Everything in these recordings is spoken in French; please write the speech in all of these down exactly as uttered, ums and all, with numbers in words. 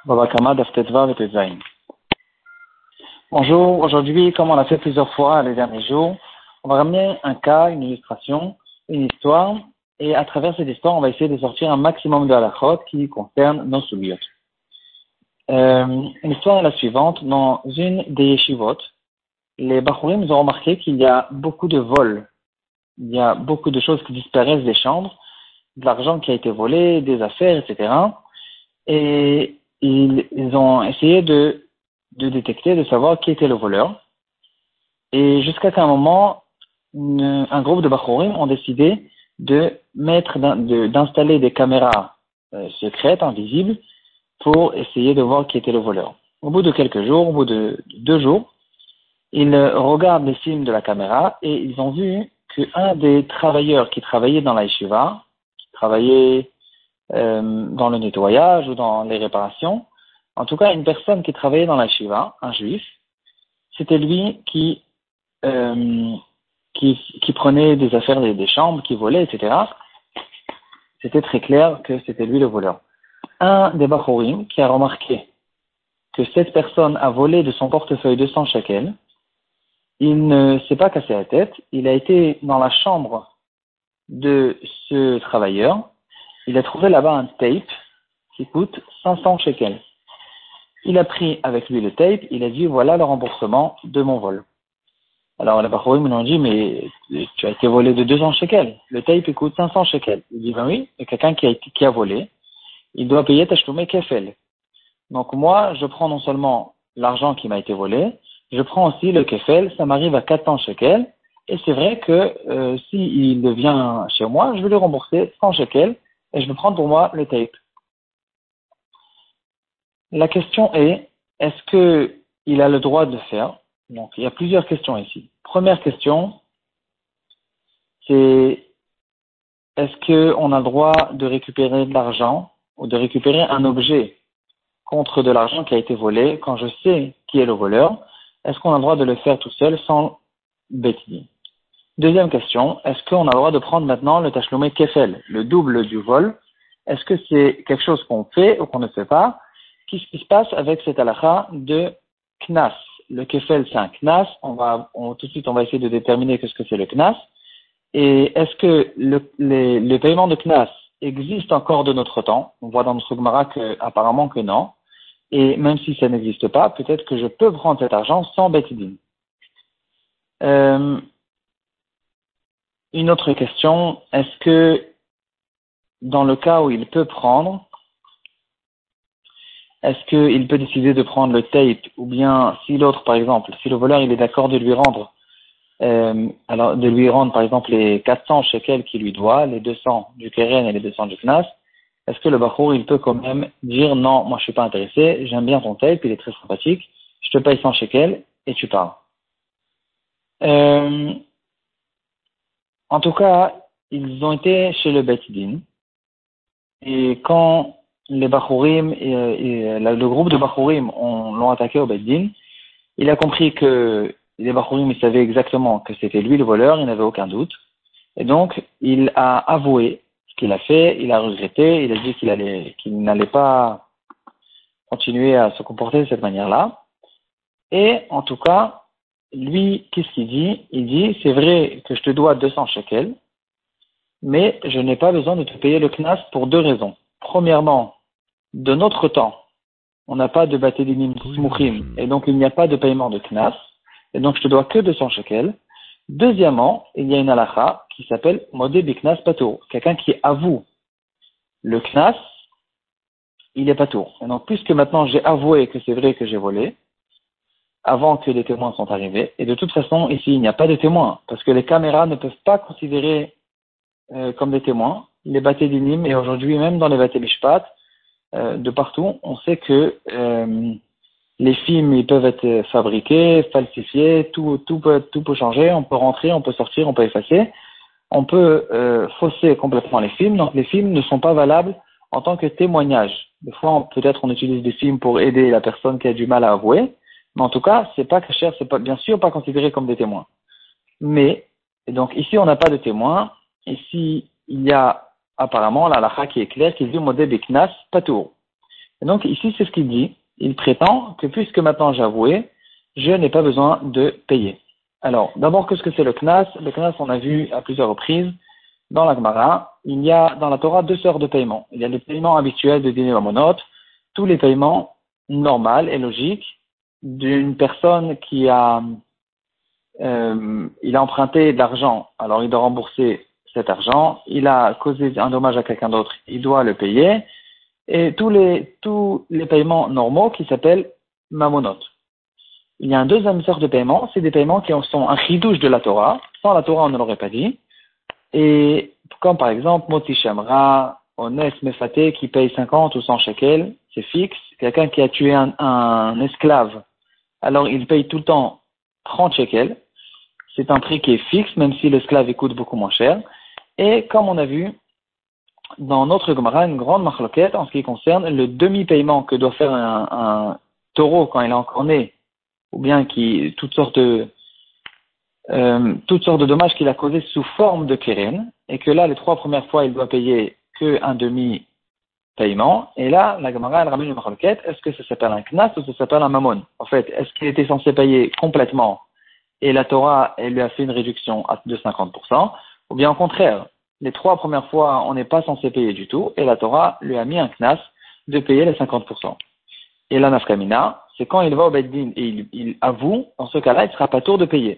Baba Kama Daf Tetvav et Tetzain. Bonjour, aujourd'hui, comme on l'a fait plusieurs fois les derniers jours, on va ramener un cas, une illustration, une histoire, et à travers cette histoire, on va essayer de sortir un maximum de halachot qui concerne nos soubiotes. Euh, l'histoire est la suivante. Dans une des yeshivot, les Bachurim ont remarqué qu'il y a beaucoup de vols. Il y a beaucoup de choses qui disparaissent des chambres, de l'argent qui a été volé, des affaires, et cetera. Et ils, ils ont essayé de, de détecter, de savoir qui était le voleur. Et jusqu'à qu'à un moment, une, un groupe de Bachurim ont décidé de mettre, de, d'installer des caméras euh, secrètes, invisibles, pour essayer de voir qui était le voleur. Au bout de quelques jours, au bout de deux jours, ils regardent les films de la caméra et ils ont vu qu'un des travailleurs qui travaillait dans la yeshiva, qui travaillait euh, dans le nettoyage ou dans les réparations, en tout cas une personne qui travaillait dans la yeshiva, un juif, c'était lui qui, euh, qui, qui prenait des affaires des, des chambres, qui volait, et cetera. C'était très clair que c'était lui le voleur. Un des Bachurim qui a remarqué que cette personne a volé de son portefeuille deux cents shekels, il ne s'est pas cassé la tête, il a été dans la chambre de ce travailleur, il a trouvé là-bas un tape qui coûte cinq cents shekels. Il a pris avec lui le tape, il a dit voilà le remboursement de mon vol. Alors les Bachurim lui ont dit mais tu as été volé de deux cents shekels, le tape il coûte cinq cents shekels. Il dit ben oui, il y a quelqu'un qui a, qui a volé, il doit payer Tashloumé Kefel. Donc moi, je prends non seulement l'argent qui m'a été volé, je prends aussi le Kefel, ça m'arrive à quatre cents shekels, et c'est vrai que euh, s'il vient chez moi, je vais lui rembourser cent shekels, et je vais prendre pour moi le tape. La question est, est-ce que il a le droit de le faire? Donc il y a plusieurs questions ici. Première question, c'est est-ce qu'on a le droit de récupérer de l'argent ou de récupérer un objet contre de l'argent qui a été volé, quand je sais qui est le voleur, est-ce qu'on a le droit de le faire tout seul sans bêtise? Deuxième question, est-ce qu'on a le droit de prendre maintenant le tashloumé kefel, le double du vol? Est-ce que c'est quelque chose qu'on fait ou qu'on ne fait pas? Qu'est-ce qui se passe avec cette halakha de knas? Le kefel, c'est un knas. On va, on, tout de suite, on va essayer de déterminer qu'est-ce que c'est le knas. Et est-ce que le, les, le paiement de knas existe encore de notre temps? On voit dans notre Gemara que, apparemment que non. Et même si ça n'existe pas, peut-être que je peux prendre cet argent sans bétidine. Euh, une autre question, est-ce que dans le cas où il peut prendre, est-ce qu'il peut décider de prendre le tape, ou bien si l'autre, par exemple, si le voleur il est d'accord de lui rendre, euh, alors de lui rendre par exemple les quatre cents shekels qu'il lui doit, les deux cents du keren et les deux cents du knas, est-ce que le Bachour, il peut quand même dire non, moi je suis pas intéressé, j'aime bien ton tape, il est très sympathique, je te paye cent shekels et tu pars. Euh, en tout cas, ils ont été chez le Beit Din et quand les Bachourim et, et le groupe de Bachourim l'ont attaqué au Beit Din, il a compris que les Bachourim ils savaient exactement que c'était lui le voleur, il n'avait aucun doute, et donc il a avoué ce qu'il a fait, il a regretté, il a dit qu'il allait, qu'il n'allait pas continuer à se comporter de cette manière-là. Et en tout cas, lui, qu'est-ce qu'il dit? Il dit, c'est vrai que je te dois deux cents shekels, mais je n'ai pas besoin de te payer le knas pour deux raisons. Premièrement, de notre temps, on n'a pas de batédinim smouchim, et donc il n'y a pas de paiement de knas, et donc je te dois que deux cents shekels. Deuxièmement, il y a une halakha qui s'appelle modé biknas patour. Quelqu'un qui avoue le knas, il est patour. Et donc, puisque maintenant j'ai avoué que c'est vrai que j'ai volé, avant que les témoins sont arrivés, et de toute façon, ici, il n'y a pas de témoins, parce que les caméras ne peuvent pas considérer euh, comme des témoins les bâtés d'inim, et aujourd'hui, même dans les bâtés mishpat, euh, de partout, on sait que euh, les films, ils peuvent être fabriqués, falsifiés, tout, tout peut, tout peut changer, on peut rentrer, on peut sortir, on peut effacer, on peut euh, fausser complètement les films, donc les films ne sont pas valables en tant que témoignage. Des fois, on, peut-être on utilise des films pour aider la personne qui a du mal à avouer, mais en tout cas, c'est pas caché, c'est pas, bien sûr pas considéré comme des témoins. Mais, et donc ici on n'a pas de témoins, ici il y a apparemment la halakha qui est claire, qui dit modé biknas patour. Et donc ici, c'est ce qu'il dit. Il prétend que puisque maintenant j'ai avoué, je n'ai pas besoin de payer. Alors, d'abord, qu'est-ce que c'est le knas? Le knas, on a vu à plusieurs reprises, dans la Gemara, il y a dans la Torah deux sortes de paiements. Il y a les paiements habituels de dîner mamonot, tous les paiements normaux et logiques d'une personne qui a, euh, il a emprunté de l'argent, alors il doit rembourser cet argent, il a causé un dommage à quelqu'un d'autre, il doit le payer, et tous les, tous les paiements normaux qui s'appellent mamonot. Il y a un deuxième sorte de paiement, c'est des paiements qui sont un chidouche de la Torah. Sans la Torah, on ne l'aurait pas dit. Et comme par exemple, Moti Shemra, Ones Mefate, qui paye cinquante ou cent shekels, c'est fixe. Quelqu'un qui a tué un, un esclave, alors il paye tout le temps trente shekels. C'est un prix qui est fixe, même si l'esclave il coûte beaucoup moins cher. Et comme on a vu dans notre Gemara, une grande marloquette en ce qui concerne le demi-paiement que doit faire un, un taureau quand il est encore né, ou bien qui toutes sortes de euh, toutes sortes de dommages qu'il a causés sous forme de keren, et que là les trois premières fois il doit payer que un demi paiement, et là la Gemara elle ramène une marloquette, est-ce que ça s'appelle un knas ou ça s'appelle un mammon? En fait, est-ce qu'il était censé payer complètement et la Torah elle lui a fait une réduction de cinquante pour cent, ou bien au contraire, les trois premières fois on n'est pas censé payer du tout et la Torah lui a mis un knas de payer les cinquante pour cent. Et la nafkamina, c'est quand il va au Beit Din et il, il avoue, dans ce cas-là, il ne sera pas tour de payer.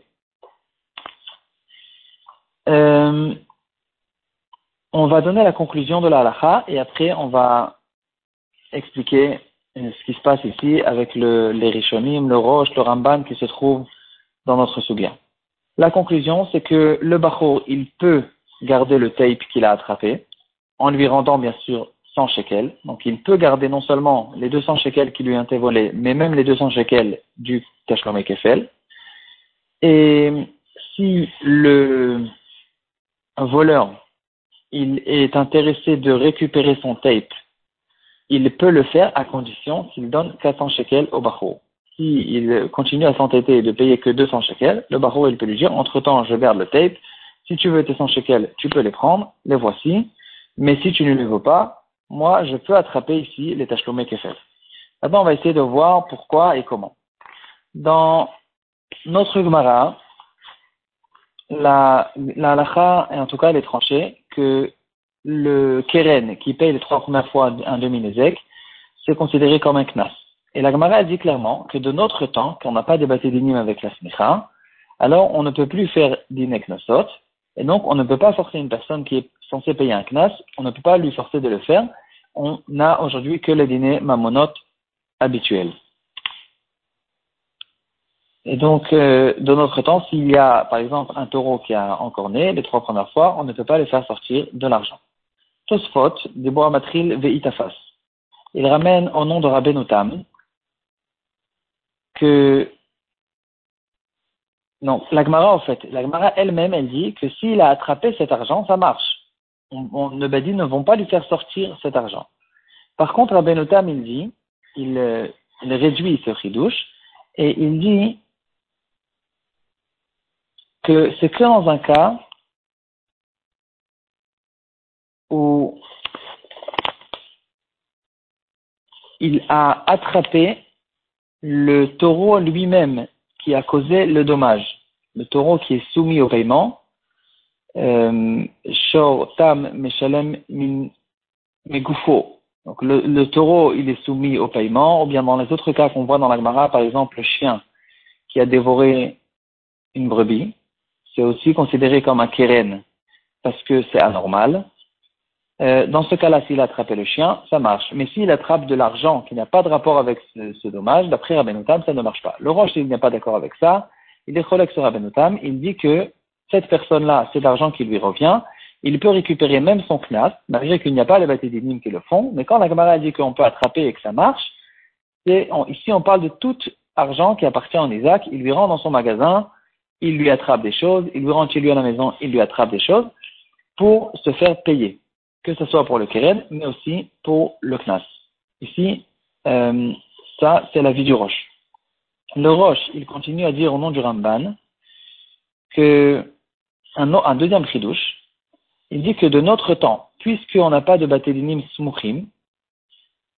Euh, on va donner la conclusion de la halakha et après on va expliquer ce qui se passe ici avec le, les Rishonim, le Rosh, le Ramban qui se trouvent dans notre soubia. La conclusion, c'est que le Bachour, il peut garder le tape qu'il a attrapé en lui rendant bien sûr cent shekels. Donc il peut garder non seulement les deux cents shekels qui lui ont été volés, mais même les deux cents shekels du Tashlomé Kefel. Et si le voleur il est intéressé de récupérer son tape, il peut le faire à condition qu'il donne quatre cents shekels au Bachour. S'il continue à s'entêter et de payer que deux cents shekels, le Bachour il peut lui dire, entre-temps je garde le tape, si tu veux tes cent shekels, tu peux les prendre, les voici, mais si tu ne les veux pas, moi, je peux attraper ici les Tashlomé Kefel. Maintenant, on va essayer de voir pourquoi et comment. Dans notre Gemara, la, la halakha, et en tout cas, elle est tranchée, que le keren, qui paye les trois premières fois un demi-nézek, c'est considéré comme un knas. Et la Gemara, elle dit clairement que de notre temps, qu'on n'a pas débattu d'inim avec la smicha, alors on ne peut plus faire dîner knosot, et donc on ne peut pas forcer une personne qui est censée payer un knas, on ne peut pas lui forcer de le faire. On n'a aujourd'hui que les dîners mamonot habituels. Et donc, euh, de notre temps, s'il y a, par exemple, un taureau qui a encore né, les trois premières fois, on ne peut pas les faire sortir de l'argent. Tosfot, des bois matril veitafas. Il ramène au nom de Rabbeinu Tam que, non, la Gemara, en fait, la Gemara elle-même, elle dit que s'il a attrapé cet argent, ça marche. On, on, le Badi ne vont pas lui faire sortir cet argent. Par contre, Rabbeinu Tam, il dit, il, euh, il réduit ce chidouche, et il dit que c'est que dans un cas où il a attrapé le taureau lui-même qui a causé le dommage. Le taureau qui est soumis au paiement, Shor Tam Meshalem Min Megoufo. Donc le, le taureau, il est soumis au paiement, ou bien dans les autres cas qu'on voit dans la Gemara, par exemple le chien qui a dévoré une brebis, c'est aussi considéré comme un keren, parce que c'est anormal. Euh, dans ce cas-là, s'il a attrapé le chien, ça marche. Mais s'il attrape de l'argent qui n'a pas de rapport avec ce, ce dommage, d'après Rabbeinu Tam, ça ne marche pas. Le Roche, il n'est pas d'accord avec ça. Il est collègue sur Rabbeinu Tam. Il dit que cette personne-là, c'est l'argent qui lui revient. Il peut récupérer même son knas, malgré qu'il n'y a pas les bâtis d'inim qui le font. Mais quand la Gemara dit qu'on peut attraper et que ça marche, c'est, on, ici on parle de tout argent qui appartient à Isaac. Il lui rend dans son magasin, il lui attrape des choses, il lui rentre chez lui à la maison, il lui attrape des choses pour se faire payer. Que ce soit pour le keren, mais aussi pour le knas. Ici, euh, ça, c'est la vie du Roche. Le Roche, il continue à dire au nom du Ramban que un, un deuxième chidouche, il dit que de notre temps, puisqu'on n'a pas de batélinim smuchim,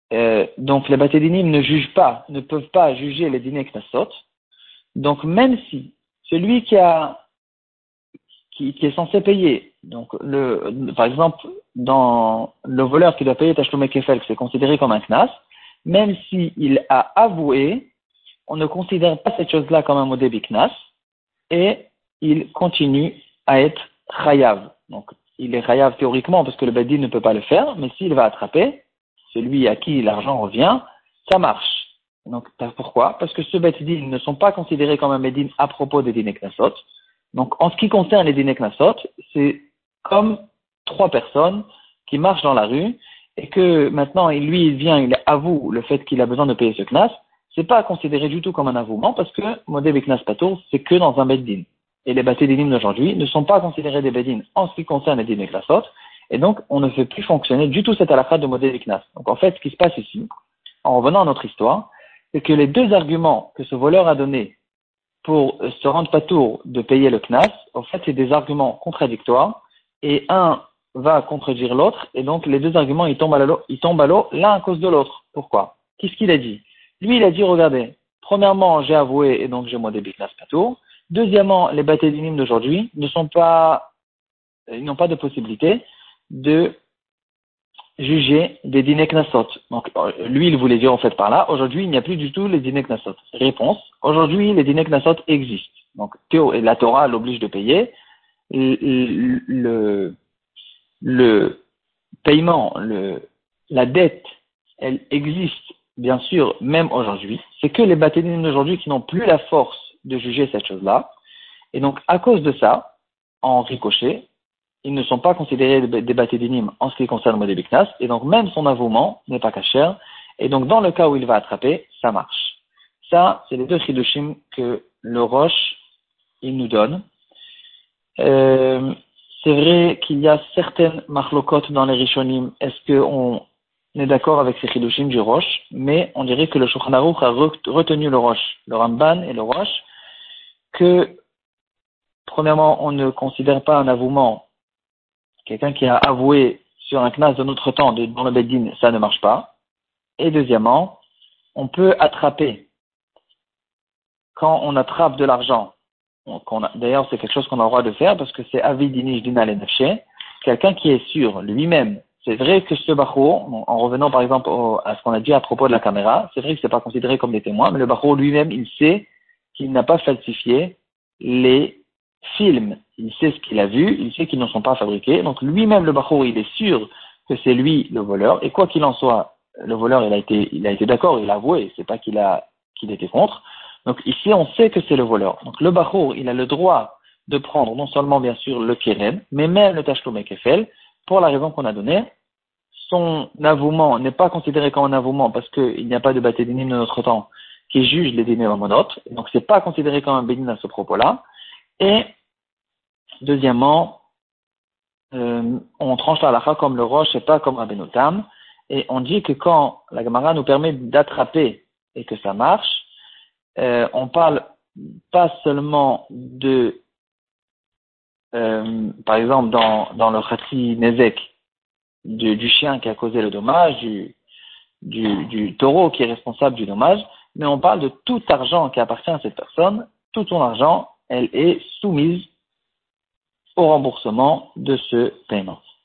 euh, donc les Bate Dinim ne jugent pas, ne peuvent pas juger les dîners Knasot. Donc même si celui qui a qui, qui est censé payer, donc le, par exemple, dans le voleur qui doit payer Tashlumé Kefel, c'est considéré comme un Knas, même s'il a avoué, on ne considère pas cette chose-là comme un Modébi Knas, et il continue à être Chayav. Donc, il est Chayav théoriquement parce que le Bedin ne peut pas le faire, mais s'il va attraper celui à qui l'argent revient, ça marche. Donc, pourquoi? Parce que ce Bedin ne sont pas considérés comme un Bedin à propos des dîners Knasot. Donc, en ce qui concerne les dîners Knasot, c'est comme trois personnes qui marchent dans la rue et que maintenant, lui, il vient, il avoue le fait qu'il a besoin de payer ce Knas. C'est pas considéré du tout comme un avouement parce que Modé Beknas Patour, c'est que dans un Beddin. Et les Bate Dinim d'aujourd'hui ne sont pas considérés des Beddin en ce qui concerne les dîners Knasot. Et donc, on ne fait plus fonctionner du tout cette halakha de Modé Beknas. Donc, en fait, ce qui se passe ici, en revenant à notre histoire, c'est que les deux arguments que ce voleur a donnés pour se rendre patour de payer le Knas, en fait, c'est des arguments contradictoires. Et un va contredire l'autre. Et donc, les deux arguments, ils tombent à l'eau, ils tombent à l'eau l'un à cause de l'autre. Pourquoi? Qu'est-ce qu'il a dit? Lui, il a dit, regardez, premièrement, j'ai avoué et donc j'ai moi des biknas patour. Deuxièmement, les Bate Dinim d'aujourd'hui ne sont pas, ils n'ont pas de possibilité de juger des dîners Knasot. Donc, lui, il voulait dire en fait par là, aujourd'hui, il n'y a plus du tout les dîners Knasot. Réponse, aujourd'hui, les dîners Knasot existent. Donc, la Torah l'oblige de payer. Le, le, le paiement, le, la dette, elle existe, bien sûr, même aujourd'hui. C'est que les Bate Dinim d'aujourd'hui qui n'ont plus la force de juger cette chose-là. Et donc, à cause de ça, en ricochet, ils ne sont pas considérés des Bate Dinim en ce qui concerne le Modé Biknas. Et donc, même son avouement n'est pas caché. Et donc, dans le cas où il va attraper, ça marche. Ça, c'est les deux chidushim que le Roche, il nous donne. Euh, c'est vrai qu'il y a certaines marlocotes dans les Rishonim. Est-ce qu'on est d'accord avec ces chidushim du Roche? Mais on dirait que le Shulchan Aruch a retenu le Roche, le Ramban et le Roche, que, premièrement, on ne considère pas un avouement. Quelqu'un qui a avoué sur un knas de notre temps, de, dans le Beddin, ça ne marche pas. Et deuxièmement, on peut attraper. Quand on attrape de l'argent, d'ailleurs c'est quelque chose qu'on a le droit de faire parce que c'est avidinish dinal et nefshe, quelqu'un qui est sûr lui-même, c'est vrai que ce bachou, en revenant par exemple au, à ce qu'on a dit à propos de la caméra, c'est vrai que c'est pas considéré comme des témoins, mais le bachou lui-même, il sait qu'il n'a pas falsifié les films, il sait ce qu'il a vu, il sait qu'ils ne sont pas fabriqués, donc lui-même le bachou, il est sûr que c'est lui le voleur, et quoi qu'il en soit, le voleur, il a été, il a été d'accord, il a avoué, c'est pas qu'il a, qu'il était contre. Donc ici, on sait que c'est le voleur. Donc le bachour, il a le droit de prendre non seulement bien sûr le keren, mais même le tashlum kefel, pour la raison qu'on a donnée. Son avouement n'est pas considéré comme un avouement parce qu'il n'y a pas de Bate Dinim de notre temps qui juge les dîners mamonotes. Donc c'est pas considéré comme un bénin à ce propos-là. Et deuxièmement, euh, on tranche la halakha comme le roche et pas comme Rabbeinu Tam. Et on dit que quand la Gemara nous permet d'attraper et que ça marche, Euh, on parle pas seulement de, euh, par exemple, dans, dans le Khatsi Nezek, du, du chien qui a causé le dommage, du, du, du taureau qui est responsable du dommage, mais on parle de tout argent qui appartient à cette personne, tout son argent, elle est soumise au remboursement de ce paiement.